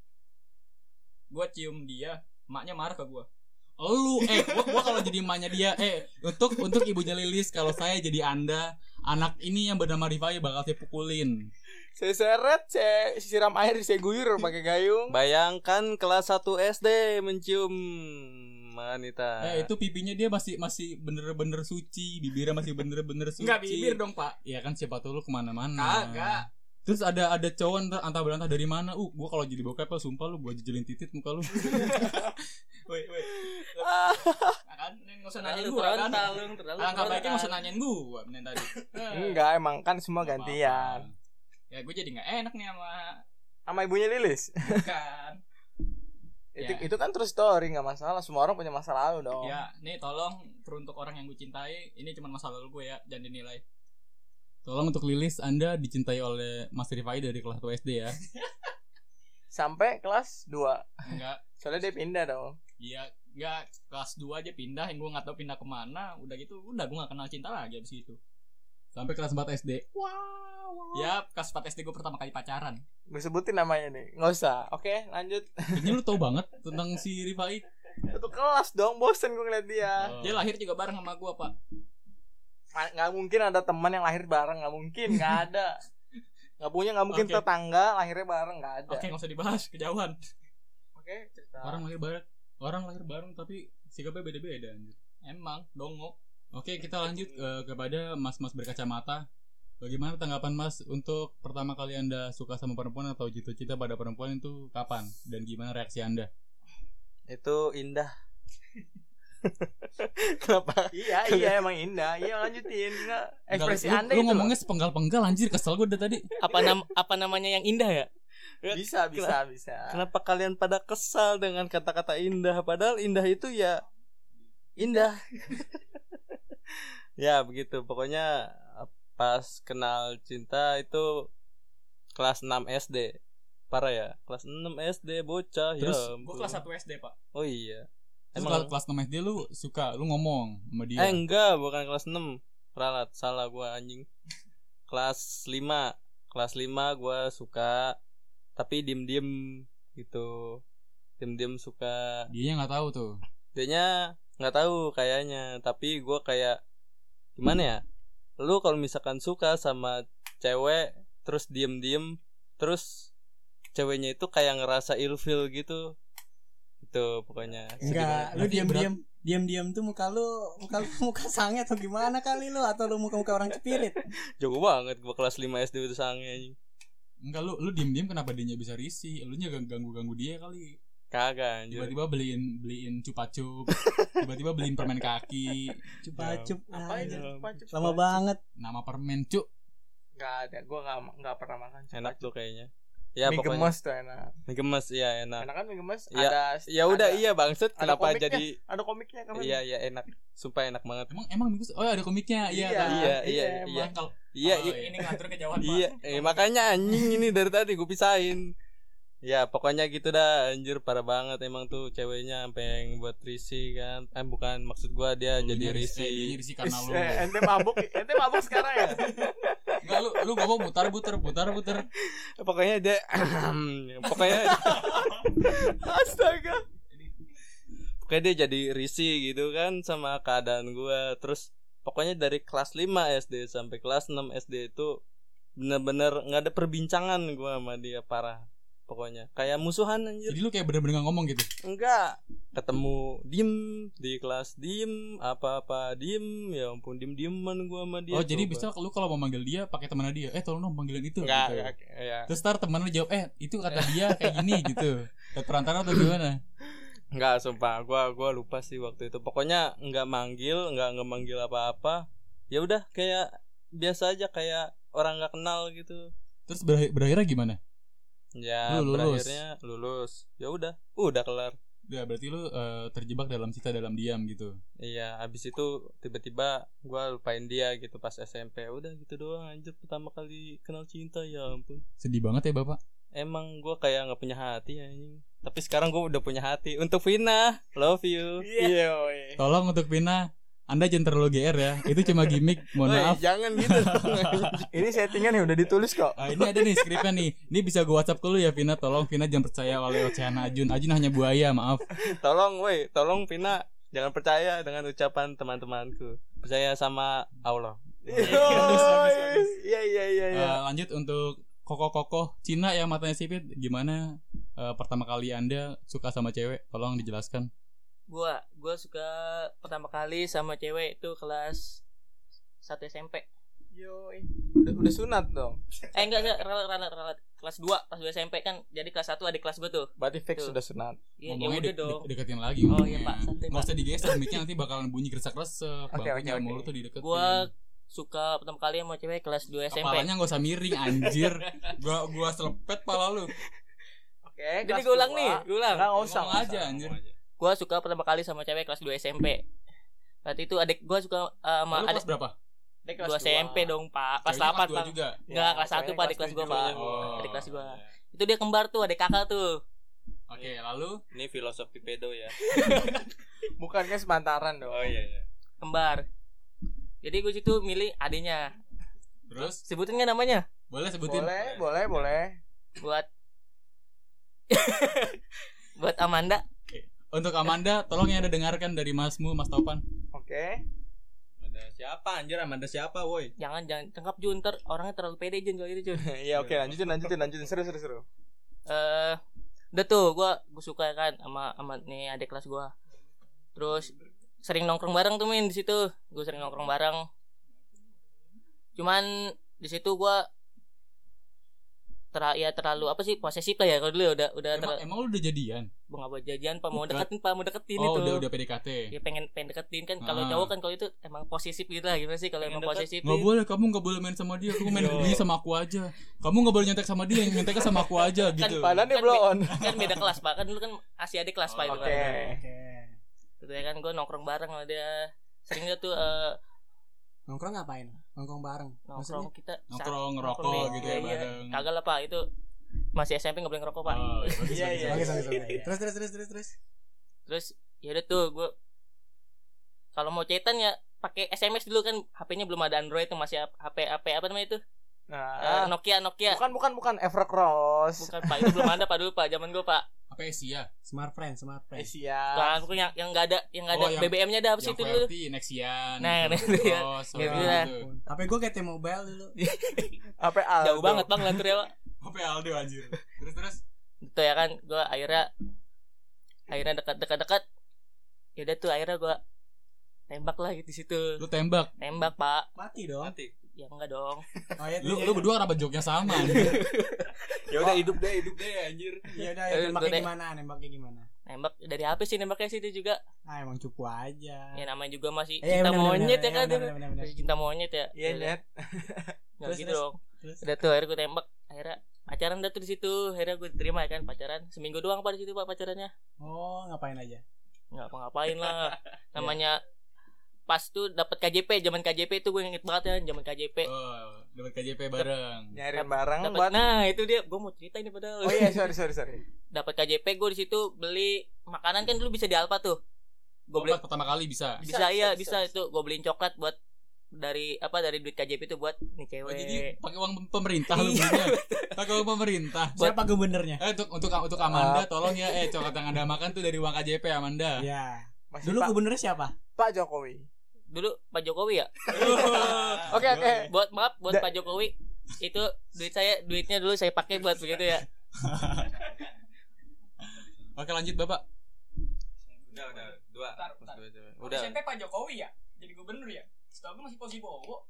Gue cium dia, maknya marah ke gue. Lu eh gua, gua kalau jadi emaknya dia eh untuk untuk ibunya Lilis kalau saya jadi Anda anak ini yang bernama Rifai bakal saya pukulin. Saya seret, saya siram air, saya guyur pakai gayung. Bayangkan kelas satu S D mencium wanita. Eh itu pipinya dia masih masih bener-bener suci, bibirnya masih bener-bener suci. Enggak bibir dong pak. Iya kan siapa tahu lu kemana-mana. Kagak. Terus ada ada cowok entah, entah berantah dari mana. Uh, gua kalau jadi bokep lah sumpah lu gua jejelin titit muka lu. Woi woi. Nah, kan nggak usah nanyain gue kan. Terlalu terlalu. Alangkah baiknya nggak usah nanyain gue bener tadi. Enggak, emang kan semua Nggak gantian. apa-apa. Ya gue jadi nggak enak nih sama Sama ibunya Lilis. bukan. itu Ya. itu kan terus story, nggak masalah. Semua orang punya masa lalu dong. Ya, nih tolong teruntuk orang yang gue cintai, ini cuma masa lalu gue ya, jangan dinilai. Tolong untuk Lilis Anda dicintai oleh Mas Rifai dari kelas satu S D ya. Sampai kelas dua. Enggak, Soalnya dia pindah dong. iya, enggak kelas dua aja pindah, yang gue nggak tahu pindah kemana, udah gitu, udah gue nggak kenal cinta lagi abis itu. Sampai kelas empat S D. Ya, kelas empat S D gue pertama kali pacaran. Gue sebutin namanya nih. Nggak usah. Oke, lanjut. Kayaknya lu tau banget tentang si Rifai. Satu kelas dong, bosen gue ngeliat dia. Oh. Dia lahir juga bareng sama gue pak. Ma- Nggak mungkin ada teman yang lahir bareng, nggak mungkin, nggak ada. Nggak punya, nggak mungkin Oke. tetangga lahirnya bareng, nggak ada. Oke, nggak usah dibahas, kejauhan. Oke, cerita. Orang lahir bareng, orang lahir bareng tapi sikapnya beda-beda anjir. Emang, dongo. Oke, kita lanjut eh, kepada Mas-mas berkacamata. Bagaimana tanggapan Mas untuk pertama kali Anda suka sama perempuan atau jatuh cinta pada perempuan itu kapan dan gimana reaksi Anda? Itu indah. Kenapa? Iya, iya emang indah. Iya, lanjutin. Nggak, ekspresi Enggak, lu, Anda lu itu ngomongnya sepenggal-penggal anjir, kesel gue dari tadi. Apa nam apa namanya yang indah ya? loh. Bisa, bisa, bisa. Kenapa kalian pada kesal dengan kata-kata indah? Padahal indah itu ya indah. Ya begitu. Pokoknya pas kenal cinta itu kelas enam S D. Parah ya. Kelas enam S D bocah. Terus, ya Gue ampun. kelas satu S D pak. Oh iya. Terus Emang- kalau kelas enam S D lu suka, lu ngomong sama dia. Eh enggak, bukan kelas enam. Ralat, salah gua anjing. Kelas lima. Kelas lima gua suka tapi diem-diem gitu. Diem-diem suka. Dianya nggak tahu tuh. Dianya nggak tahu kayaknya, tapi gua kayak gimana ya? Lu kalau misalkan suka sama cewek terus diem-diem terus ceweknya itu kayak ngerasa ilfil gitu. Itu pokoknya. Enggak, lu Berarti diam-diam diam-diam tuh muka lu muka lu muka sange atau gimana kali lu, atau lu muka-muka orang cepirit. Jago banget gua kelas lima S D itu sange anjing. Enggak, lu lu diem-diem kenapa dianya bisa risih? Lu nya ganggu-ganggu dia kali. Kagak anjir. Tiba-tiba beliin beliin cupa-cup. Tiba-tiba beliin permen kaki. Cupa-cup. Apa ah, itu? Ya. Cupa-cup. Lama banget. Nama permen, Cuk. Nggak ada. Gue nggak nggak pernah makan. Enak cupa-cup. tuh kayaknya. Ya mie pokoknya gemes tuh enak. mie gemes ya enak. Enak kan mie gemes? Ya, ada Ya udah ada- iya bangsat ada kenapa komiknya, jadi ada komiknya kan? iya iya enak. Sumpah enak banget. Emang emang minggu oh ada komiknya. Iya. Iya, tahu. Iya iya iya, iya. Yang kalau Iya Oh, iya. iya. Ini ngatur kejauhan Iya, eh, makanya anjing ini dari tadi gue pisahin. Ya pokoknya gitu dah anjir parah banget emang tuh ceweknya sampai yang buat risih kan. Eh bukan maksud gua dia Lu jadi nya risih. Eh, risih. dia risih karena Is, lu. eh, ente mabuk, ente mabuk sekarang ya? Enggak lu lu ngomong putar putar putar putar. Pokoknya dia pokoknya astaga. Pokoknya dia jadi risih gitu kan sama keadaan gua. Terus pokoknya dari kelas lima S D sampai kelas enam S D itu bener-bener nggak ada perbincangan gua sama dia parah. Pokoknya kayak musuhan anjir. Jadi lu kayak bener-bener gak ngomong gitu. Enggak, ketemu diem di kelas diem apa-apa diem ya ampun diem dieman gua sama dia. Oh, jadi coba. bisa lu kalau mau manggil dia pakai teman dia. Eh, tolong dong panggilin itu enggak, gitu. enggak, ya. Terus ntar temen lu jawab, "Eh, itu kata dia kayak gini." gitu. Lewat perantara atau gimana? Enggak, sumpah gua gua lupa sih waktu itu. Pokoknya enggak manggil, enggak enggak manggil apa-apa. Ya udah kayak biasa aja kayak orang enggak kenal gitu. Terus berakhir, berakhirnya gimana? Ya Lu lulus. berakhirnya lulus. Ya udah, udah kelar. Ya berarti lu eh, terjebak dalam cinta dalam diam gitu. Iya, habis itu tiba-tiba gua lupain dia gitu pas S M P. Udah gitu doang anjir pertama kali kenal cinta ya ampun. Sedih banget ya, Bapak. Emang gue kayak nggak punya hati anjing. Tapi sekarang gue udah punya hati. Untuk Vina, love you. Iya, woi. Tolong untuk Vina, Anda jangan terlalu G R ya. Itu cuma gimmick, mohon Woi, maaf. jangan gitu. Ini settingan ya udah ditulis kok. Ah, ini ada nih skripnya nih. Ini bisa gue WhatsApp ke lu ya Vina. Tolong Vina jangan percaya oleh ocehan Ajun. Ajun hanya buaya, maaf. Tolong, woi, tolong Vina jangan percaya dengan ucapan teman-temanku. Percaya sama Allah. Iya, iya, iya, iya. Eh, lanjut untuk kokoh-kokoh Cina yang matanya sipit, gimana eh, pertama kali Anda suka sama cewek? Tolong dijelaskan. Gua gua suka pertama kali sama cewek itu kelas satu S M P. Yoi. Udah, udah sunat dong. Eh enggak enggak ralat ralat ralat. Kelas dua, kelas dua S M P kan. Jadi kelas satu adik kelas gua tuh. Berarti fix Tuh. sudah sunat. Iya, ya Ngomongnya udah de- dong. de- deketin lagi. Oh, ngomongnya. iya, Pak. Santai, Nggak Pak. usah digeser, mic-nya nanti bakalan bunyi gresek-gresek. Oke, Bangkunya oke, oke. mulut tuh dideketin. Gua suka pertama kali sama cewek kelas dua S M P. Kepalanya nggak usah miring anjir. Gua gua selepet pala lu. Oke, Jadi kelas gua ulang dua. nih, gua ulang. Enggak usah. Ngomong nggak aja usah. anjir. Gua suka pertama kali sama cewek kelas dua S M P. Berarti itu adik gua suka uh, sama Lu adik kelas berapa? Dia kelas dua S M P dua. dong, Pak. Kelas Ceweknya delapan, dua Pak. juga. Enggak, Ya, kelas satu, ceweknya Pak, adik kelas gua, tujuh. Pak. Oh. Adik kelas gua. iya. Itu dia kembar tuh, adik kakak tuh. Oke, lalu Ini filosofi pedo ya. Bukannya semantaran dong. Oh iya iya. Kembar. Jadi gue situ milih adiknya. terus Sebutin nggak namanya? boleh sebutin. Boleh, boleh, boleh. Buat buat Amanda. Untuk Amanda, tolong yang ada dengarkan dari Masmu, Mas Topan. Oke. Amanda siapa anjir? Amanda siapa, woi? Jangan jangan tangkap Jun, ntar orangnya terlalu pede Jun kalau itu Jun. Iya, oke, lanjutin, lanjutin, lanjutin. Seru, seru, seru. Eh, udah tuh gue gue suka kan sama sama nih adik kelas gue. Terus sering nongkrong bareng tuh Min di situ. Gue sering nongkrong bareng. Cuman di situ gue ter ya terlalu apa sih posesif lah ya kalau dulu ya udah udah Emang, ter emang lu udah jadian? gua nggak mau jadian pak mau Bukan. deketin pak mau deketin Oh, itu. udah udah P D K T. Dia pengen pengen deketin kan kalau Ah. cowok kan kalau itu emang posesif gitu lah gimana sih kalau Pengen emang deket. posesif Nggak boleh, kamu nggak boleh main sama dia. Kamu main dia sama aku aja. Kamu nggak boleh nyontek sama dia, yang nyonteknya sama aku aja gitu. Padahal dia Kan blow on. kan beda kelas pak kan dulu kan masih adik kelas pak itu Oke. kan. Oke. Gitu ya kan gue nongkrong bareng sama dia sering dia tuh eh, Nongkrong ngapain? Nongkrong bareng. nongkrong Maksudnya? kita Nongkrong, saat- ngerokok nongkrong gitu iya, ya iya. bareng. Kagak lah pak itu masih S M P nggak boleh ngerokok pak. Oh, iya, bagus, Iya, bagus, iya. bagus. Oke, oke, oke. Terus terus terus terus terus. Terus ya udah tuh gue kalau mau chatan ya pakai S M S dulu kan H P-nya belum ada Android tuh masih H P H P apa namanya itu Eh, Nah, Nokia Nokia bukan, bukan, bukan Evercross. bukan pak itu belum ada pak dulu pak zaman gue pak Apa Asia? Smart friend, smart friend. Asia. kan pokoknya yang yang nggak ada yang nggak ada Oh, yang- B B M-nya ada apa sih Yang itu dulu Verti, Nexian. Nah, gitu. nah, iya. Oh, so Kayak gitu. gitu. H P gue kayak T-Mobile dulu. Apa Aldo? jauh banget bang lantur ya pak. Apa Aldo anjir. Terus terus. Itu ya kan gue akhirnya akhirnya dekat-dekat-dekat ya udah tuh akhirnya gue tembak lah gitu di situ Lu tembak. tembak pak Mati dong. Mati. ya enggak dong Oh, ya, Lu iya, lu iya. berdua kenapa joknya sama anjir? Ya udah hidup deh, hidup deh anjir. Iya udah, Eh, nembaknya gua deh. gimana? Nembaknya gimana? nembak dari H P sih nembaknya sih itu juga Ah, emang cupu aja. ya namanya juga masih Eh, cinta bener, bener, monyet bener, ya kan bener, bener, bener, bener. masih cinta monyet ya Iya, Ya, net. nggak Terus, gitu terus. dong Terus udah tuh akhirnya gue tembak akhirnya pacaran dah tuh di situ. Akhirnya gue terima kan pacaran seminggu doang pak di situ pak pacarannya. Oh, ngapain aja? Nggak apa-ngapain lah. Namanya pas tuh dapat K J P, zaman K J P tuh gue inget banget ya, zaman K J P. Oh, dapat K J P bareng. Nyari barang Dapet, buat. nah itu dia, gue mau cerita ini padahal. Oh iya, sorry sorry sorry. Dapat K J P gue di situ beli makanan kan dulu bisa di Alfa tuh. Gue beli Obat pertama kali bisa. bisa, Bisa, iya bisa, bisa, itu gue beliin coklat buat dari apa dari duit K J P itu buat nih cewek. Oh, jadi pakai uang pemerintah lu Iya. belinya. Pakai uang pemerintah. Siapa gubernurnya? Eh untuk untuk untuk Amanda tolong ya eh coklat yang Anda makan tuh dari uang K J P Amanda. Iya. Masih Dulu Pak, gubernurnya siapa? Pak Jokowi. Dulu Pak Jokowi ya. Oke oke. Buat maaf buat Da- Pak Jokowi itu duit saya duitnya dulu saya pakai buat begitu ya. Oke lanjut Bapak. Udah udah dua. Bentar, bentar. Mas dua, Udah. udah. S M P Pak Jokowi ya jadi gubernur ya. Setahu gue masih posisi Bowo.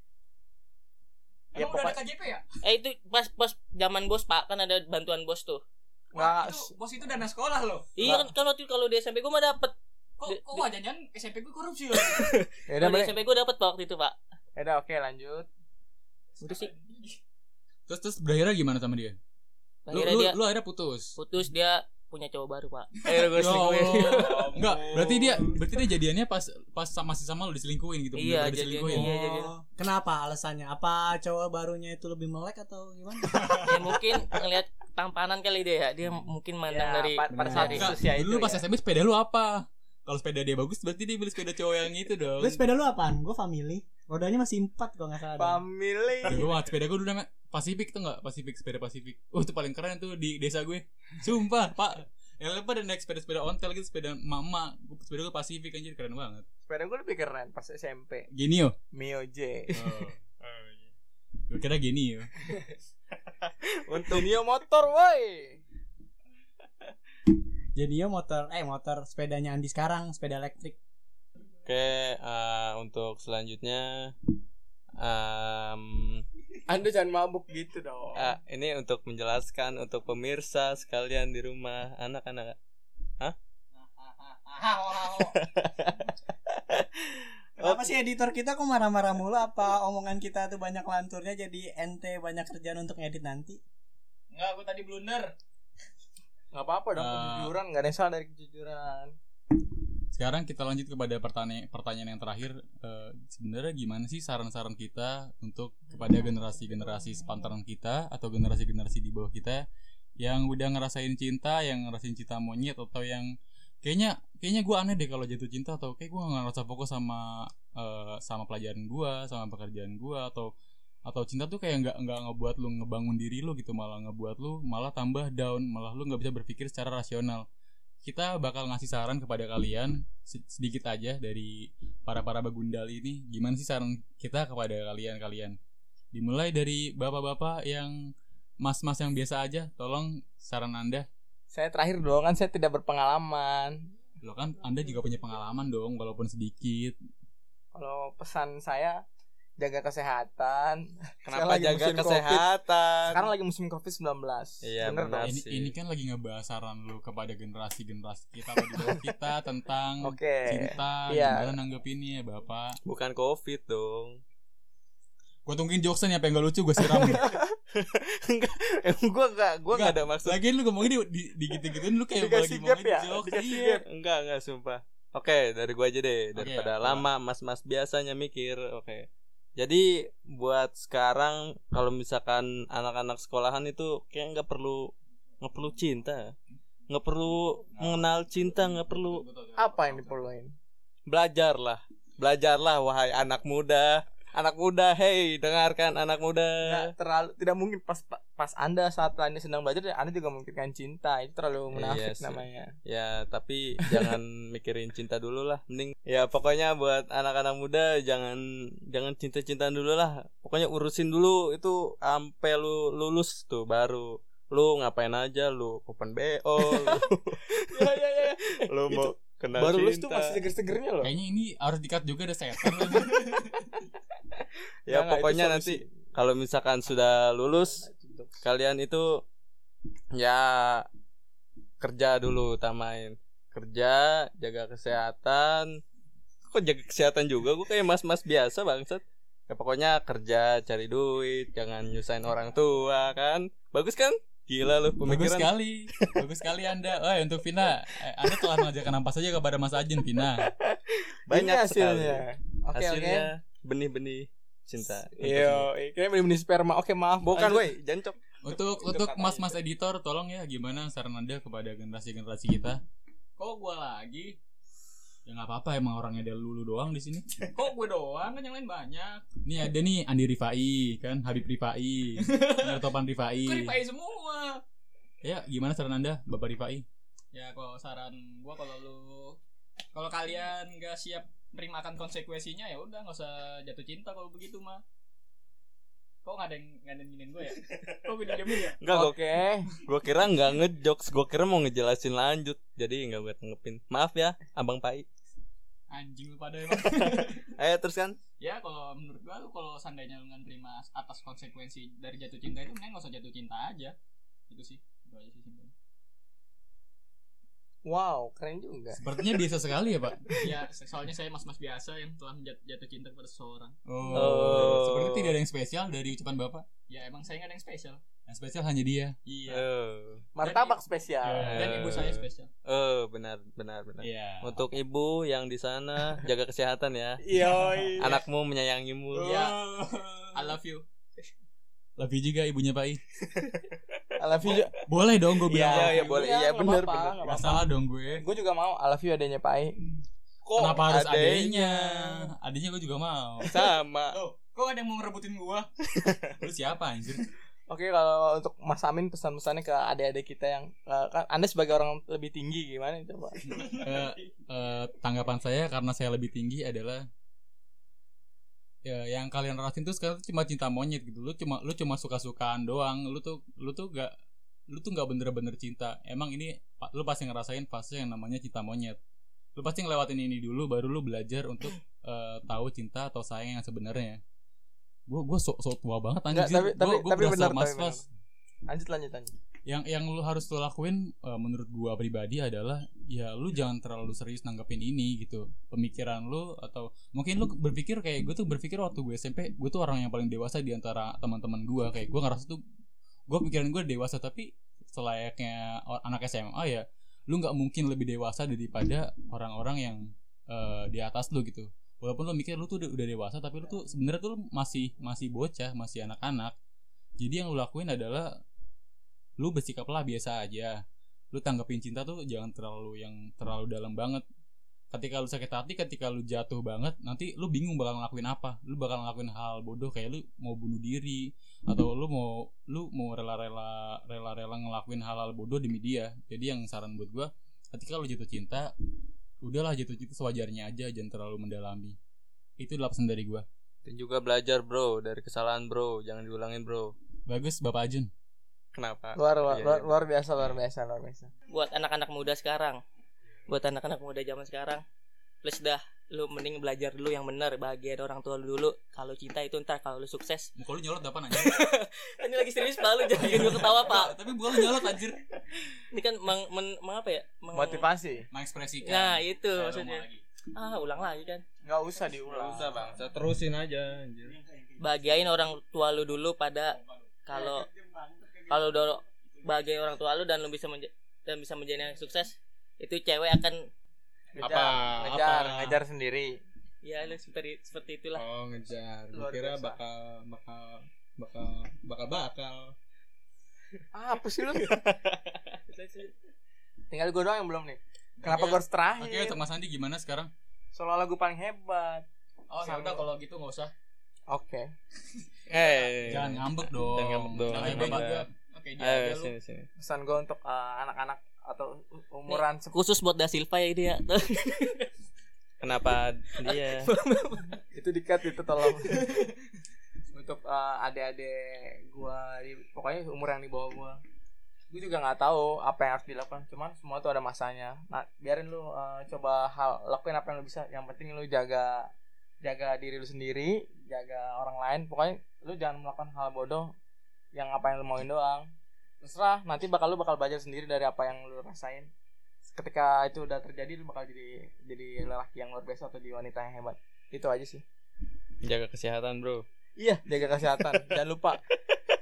Ya, Emang udah ada pokok- K J P ya? Eh itu pas pas zaman bos Pak kan ada bantuan bos tuh. Wah, Nggak, itu bos itu dana sekolah loh. Iya kan kan waktu itu kalau di S M P gue mah dapet. Kok Di- kok di- wajannya S M P gue korupsi loh. ya Kalau udah di boleh. S M P gue dapet Pak waktu itu Pak. Ya udah oke lanjut. Udah sih. Terus terus berakhirnya gimana sama dia? Lu Akhirnya lu, dia lu akhirnya putus. putus, dia punya cowok baru Pak. Akhirnya gue Ya selingkuhin. Allah. Enggak, berarti dia berarti dia jadiannya pas pas sama masih sama lu diselingkuhin gitu. Iya, bener-bener diselingkuhin. jadiannya. Iya, jadi- Oh, kenapa alasannya? Apa cowok barunya itu lebih melek atau gimana? Ya mungkin ngelihat tampanan kali dia ya. Dia mungkin mandang Ya, dari pa- pada saat dari itu Enggak, usia itu dulu pas ya. S M P sepeda lu apa? Kalau sepeda dia bagus berarti dia beli sepeda cowok yang itu dong. Lu sepeda lu apaan? Gue family. Rodanya masih empat kalau nggak salah. Family. Gue banget sepeda gue dulu namanya Pacific tuh enggak? Pacific sepeda Pacific. Oh, itu paling keren tuh di desa gue. Sumpah, Pak. Yang lain pada naik sepeda-sepeda ontel gitu, sepeda mama. Gue sepeda gue Pacific anjir keren banget. Sepeda gue lebih keren pas S M P. Gini yo. Mio J. Oh. Gue kira gini yo. Untuk Mio motor woi. Jadinya motor eh motor sepedanya Andi sekarang, sepeda elektrik. Oke, eh, untuk selanjutnya em, Anda jangan mabuk gitu dong. ah, ini untuk menjelaskan untuk pemirsa sekalian di rumah, anak-anak. Kenapa sih editor kita kok marah-marah mulu? Apa omongan kita tuh banyak lanturnya jadi ente banyak kerjaan untuk ngedit nanti? Enggak, gue tadi blunder. Enggak apa-apa dong Ah. kejujuran, enggak ada yang salah dari kejujuran. Sekarang kita lanjut kepada pertanyaan pertanyaan yang terakhir. Eh, sebenarnya gimana sih saran-saran kita untuk kepada generasi-generasi sepantaran kita atau generasi-generasi di bawah kita yang udah ngerasain cinta, yang ngerasain cinta monyet atau yang kayaknya kayaknya gue aneh deh kalau jatuh cinta atau kayak gue nggak ngerasa fokus sama eh, sama pelajaran gue, sama pekerjaan gue atau atau cinta tuh kayak nggak nggak ngebuat lu ngebangun diri lu gitu, malah ngebuat lu malah tambah down, malah lu nggak bisa berpikir secara rasional. Kita bakal ngasih saran kepada kalian sedikit aja dari para-para bagundal ini. Gimana sih saran kita kepada kalian-kalian? Dimulai dari bapak-bapak yang mas-mas yang biasa aja. Tolong saran Anda. Saya terakhir dong, kan saya tidak berpengalaman. Loh kan Anda juga punya pengalaman dong walaupun sedikit. Kalau pesan saya jaga kesehatan. Kenapa Sekarang lagi jaga musim kesehatan? Sekarang lagi musim covid sembilan belas. Iya, Bener benar. dong. Ini, sih. ini kan lagi ngebahas saran lu kepada generasi-generasi kita atau di bawah kita tentang Oke. cinta. Iya. Gimana nanggepinnya ya Bapak? Bukan Covid dong. Gue tungguin jokesnya apa yang gak lucu gue siram. Enggak, emang gua enggak gua enggak ada maksud. Lagian lu ngomongin di, di, di gitu-gituin lu kayak Dikasih lagi gap ngomongin ya? jokes. Dikasih Iya. gap. Enggak, enggak sumpah. Oke, dari gua aja deh daripada Oke, lama mas-mas biasanya mikir. Oke. Jadi buat sekarang kalau misalkan anak-anak sekolahan itu kayak nggak perlu nggak perlu cinta, nggak perlu mengenal cinta, nggak perlu Apa yang diperluin? belajarlah, belajarlah wahai anak muda, anak muda, hey dengarkan anak muda. Nggak terlalu tidak mungkin pas pas Anda saat Anda sedang belajar Anda juga memikirkan cinta. Itu terlalu munafik Iya sih. namanya. Ya tapi jangan mikirin cinta dulu lah, mending ya pokoknya buat anak-anak muda jangan jangan cinta-cintaan dulu lah, pokoknya urusin dulu itu sampai lu lulus tuh baru lu ngapain aja, lu open B O, lu, Ya ya ya. lu mau kenal Baru lulus cinta. tuh masih seger-segernya loh. Kayaknya ini harus dikat juga ada setan. Ya Nggak, pokoknya itu nanti kalau misalkan sudah lulus kalian itu ya kerja dulu, utamain kerja, jaga kesehatan. Kok jaga kesehatan juga, gue kayak mas-mas biasa bangsat. Ya pokoknya kerja, cari duit, jangan nyusahin orang tua kan. Bagus kan? Gila lu Bagus pemikiran. sekali. Bagus sekali Anda. Oh, untuk Vina, eh, Anda telah mengajarkan apa saja kepada Mas Ajin, Vina. Banyak Ini sekali. hasilnya. Oke oke. Hasilnya benih-benih cinta. Iya, kayaknya benih-benih sperma. Oke, maaf. Bukan, Lanjut. woi, jancok. Untuk untuk Mas-mas editor, tolong ya gimana saran Anda kepada generasi-generasi kita? Kok gua lagi? Ya nggak apa-apa, emang orangnya ada lulu doang di sini. Kok gue doang kan yang lain banyak. Nih ada nih Andi Rifai kan, Habib Rifai, Topan Rifai. Kok Rifai semua? Ya, gimana saran Anda, Bapak Rifai? Ya kalau saran gua kalau lu kalau kalian nggak siap nerima akan konsekuensinya ya udah nggak usah jatuh cinta kalau begitu mah. Kok nggak ada yang nggak ada yang nginin gue ya? Kok gue diamin ya? Enggak, gua, Oke. gua kira enggak ngejokes, gua kira mau ngejelasin lanjut. Jadi enggak buat ngepin. Maaf ya, Abang Pai. Anjing lu pada emang. Ayo terus kan. Ya kalau menurut gua lu kalau seandainya lu nggak terima atas konsekuensi dari jatuh cinta itu mending nggak usah jatuh cinta aja. Itu sih. Itu aja sih simpelnya. Wow, keren juga. Sepertinya biasa sekali ya, Pak. Ya soalnya saya mas-mas biasa yang telah menjat- jatuh cinta kepada seseorang. Oh, Oh. seperti tidak ada yang spesial dari ucapan Bapak. Ya emang saya nggak ada yang spesial. Yang spesial hanya dia. Iya. Eh, Martabak spesial. Ya. Dan ibu saya spesial. eh benar benar benar. Iya. Untuk ibu yang di sana jaga kesehatan ya. Yoi. Anakmu menyayangimu. Iya. I love you. Love you juga ibunya Pak I. I love you. Boleh dong gue bilang. Iya, love iya, you. boleh. Iya, bener, bener. Nggak salah dong gue. Gue juga mau I love you adanya Pak I. Kok Kenapa harus adenya? adanya? Adanya gue juga mau. Sama. Oh, kok ada yang mau ngerebutin gua? Lu siapa anjir? Oke, kalau untuk Mas Amin pesan-pesannya ke adik-adik kita yang eh, kan Anda sebagai orang lebih tinggi gimana itu, Pak? Eh, eh, tanggapan saya karena saya lebih tinggi adalah ya yang kalian rasain tuh sekarang tuh cuma cinta monyet gitu. Lu cuma lu cuma suka-sukaan doang. Lu tuh lu tuh gak lu tuh gak bener-bener cinta. Emang ini pa- lu pasti ngerasain fase yang namanya cinta monyet. Lu pasti ngelewatin ini dulu baru lu belajar untuk eh, tahu cinta atau sayang yang sebenarnya. Gue gue sok sok tua banget anjir. Enggak, tapi tapi Gua- gua tapi berasa benar, tapi mas-mas. benar. Lanjut lanjut lanjut. yang yang lu harus lu lakuin uh, menurut gua pribadi adalah ya lu jangan terlalu serius nanggepin ini gitu pemikiran lu atau mungkin lu berpikir kayak gue tuh berpikir waktu gue S M P gue tuh orang yang paling dewasa di antara teman-teman gua kayak gua ngerasa tuh gua pikiran gue dewasa tapi selayaknya or- anak S M A ya lu nggak mungkin lebih dewasa daripada orang-orang yang uh, di atas lu gitu walaupun lu mikir lu tuh udah, udah dewasa tapi lu tuh sebenarnya tuh lu masih masih bocah masih anak-anak jadi yang lu lakuin adalah lu bersikaplah biasa aja. Lu tanggepin cinta tuh jangan terlalu yang terlalu dalam banget. Ketika lu sakit hati, ketika lu jatuh banget, nanti lu bingung bakal ngelakuin apa. Lu bakal ngelakuin hal bodoh kayak lu mau bunuh diri atau lu mau lu mau rela-rela rela-rela ngelakuin hal-hal bodoh demi dia. Jadi yang saran buat gua, ketika lu jatuh cinta, udahlah jatuh cinta sewajarnya aja, jangan terlalu mendalami. Itu adalah pesan dari gua. Dan juga belajar bro dari kesalahan bro, jangan diulangin bro. Bagus Bapak Ajun. Kenapa? Luar luar, Iya, luar, iya. luar biasa luar biasa luar biasa. Buat anak-anak muda sekarang, buat anak-anak muda zaman sekarang, please dah, lu mending belajar dulu yang benar, bahagiain orang tua lu dulu. Kalau cinta itu ntar kalau lu sukses. Muka lu nyolot apaan anjir? Ini lagi serius Pak, lu jangan bikin gua ketawa Pak. Tapi bukan lu nyolot anjir. Ini kan meng, men, meng apa ya? Meng- Motivasi. Mengekspresikan. Nah itu Saya maksudnya. ngomong lagi. Ah ulang lagi kan. Enggak usah diulang. Usah bang, saya terusin aja. Anjir. Bahagiain orang tua lu dulu pada kalau kalau udah bahagiain orang tua lu dan lu bisa menja- dan bisa menjadi yang sukses, itu cewek akan Ngejar, Apa? ngejar, Apa? ngejar sendiri. ya lu seperti seperti itulah. Oh ngejar. Luar Gua kira biasa. bakal bakal bakal bakal bakal. Ah, apa sih lu? Tinggal gue doang yang belum nih. Kenapa Oke. gue harus terakhir? Oke, untuk Mas Andi gimana sekarang? Soalnya lagu paling hebat. Oh ya udah kalau gitu nggak usah. Oke. Eh, Jangan ngambek dong. Jangan ngambek dong. Jangan Oke, ngambek. Bang. juga. Oke dia Ayo aja lu. sini sini. Pesan gue untuk uh, anak-anak atau u- umuran sep- Khusus buat Da Silva ya dia. Kenapa dia? itu dikat itu tolong. Untuk uh, adik-adik gua di, pokoknya umur yang di bawah gua. Gue juga nggak tahu apa yang harus dilakukan, cuman semua tuh ada masanya. Nah, biarin lu uh, coba hal lakuin apa yang lu bisa. Yang penting lu jaga jaga diri lu sendiri, jaga orang lain. Pokoknya lu jangan melakukan hal bodoh yang apa yang lu mauin doang. Terserah, nanti bakal lu bakal belajar sendiri dari apa yang lu rasain. Ketika itu udah terjadi lu bakal jadi jadi lelaki yang luar biasa atau jadi wanita yang hebat. Itu aja sih. Jaga kesehatan bro. Iya, jaga kesehatan. Jangan lupa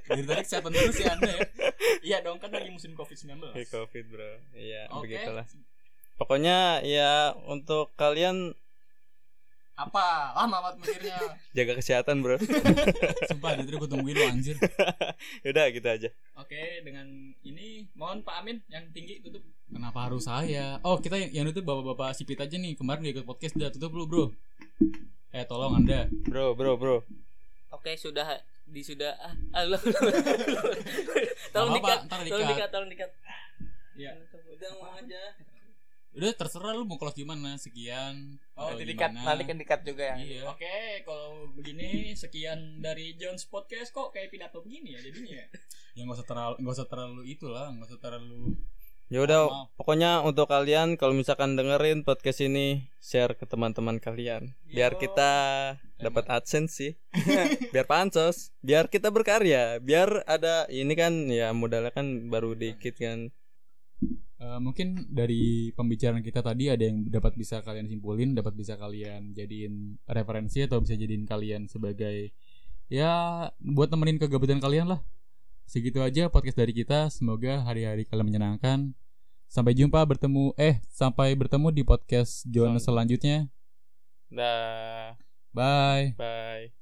Dari tadi kesehatan dulu sih Anda ya. Iya dong, kan lagi musim covid sembilan belas. Hey, Covid bro. Iya Oke. begitulah. Pokoknya ya untuk kalian Apa? Lama banget mikirnya. jaga kesehatan bro. Sumpah dari tadi gue tungguin lo anjir. Udah gitu aja. Oke, dengan ini mohon Pak Amin yang tinggi tutup. Kenapa harus saya? Oh kita yang, yang itu bapak-bapak sipit aja nih. Kemarin gak ikut podcast, udah tutup lu bro. Eh tolong Anda. Bro bro bro. Oke, sudah di sudah ah, ah lu, lu, lu, lu. Tolong Nggak apa-apa, dikat, ntar tolong dikat. dikat, tolong dikat. Iya. Udah ngomong aja. Udah terserah lu mau close gimana. Sekian. Oh, atau Nanti dikat, gimana. nanti kan dikat juga yang. Iya. Oke, kalau begini sekian dari Jones Podcast kok kayak pidato begini ya jadinya ya. Ya nggak usah terlalu nggak usah terlalu itulah, nggak usah terlalu. Ya udah Maaf. pokoknya untuk kalian kalau misalkan dengerin podcast ini share ke teman-teman kalian biar Yo. kita dapat AdSense sih. Biar pansos, biar kita berkarya, biar ada ini kan ya modalnya kan baru dikit kan. Eh, mungkin dari pembicaraan kita tadi ada yang dapat bisa kalian simpulin, dapat bisa kalian jadiin referensi atau bisa jadiin kalian sebagai ya buat nemenin kegabutan kalian lah. Segitu aja podcast dari kita. Semoga hari-hari kalian menyenangkan. Sampai jumpa bertemu eh sampai bertemu di podcast John selanjutnya. Dah, Bye. bye.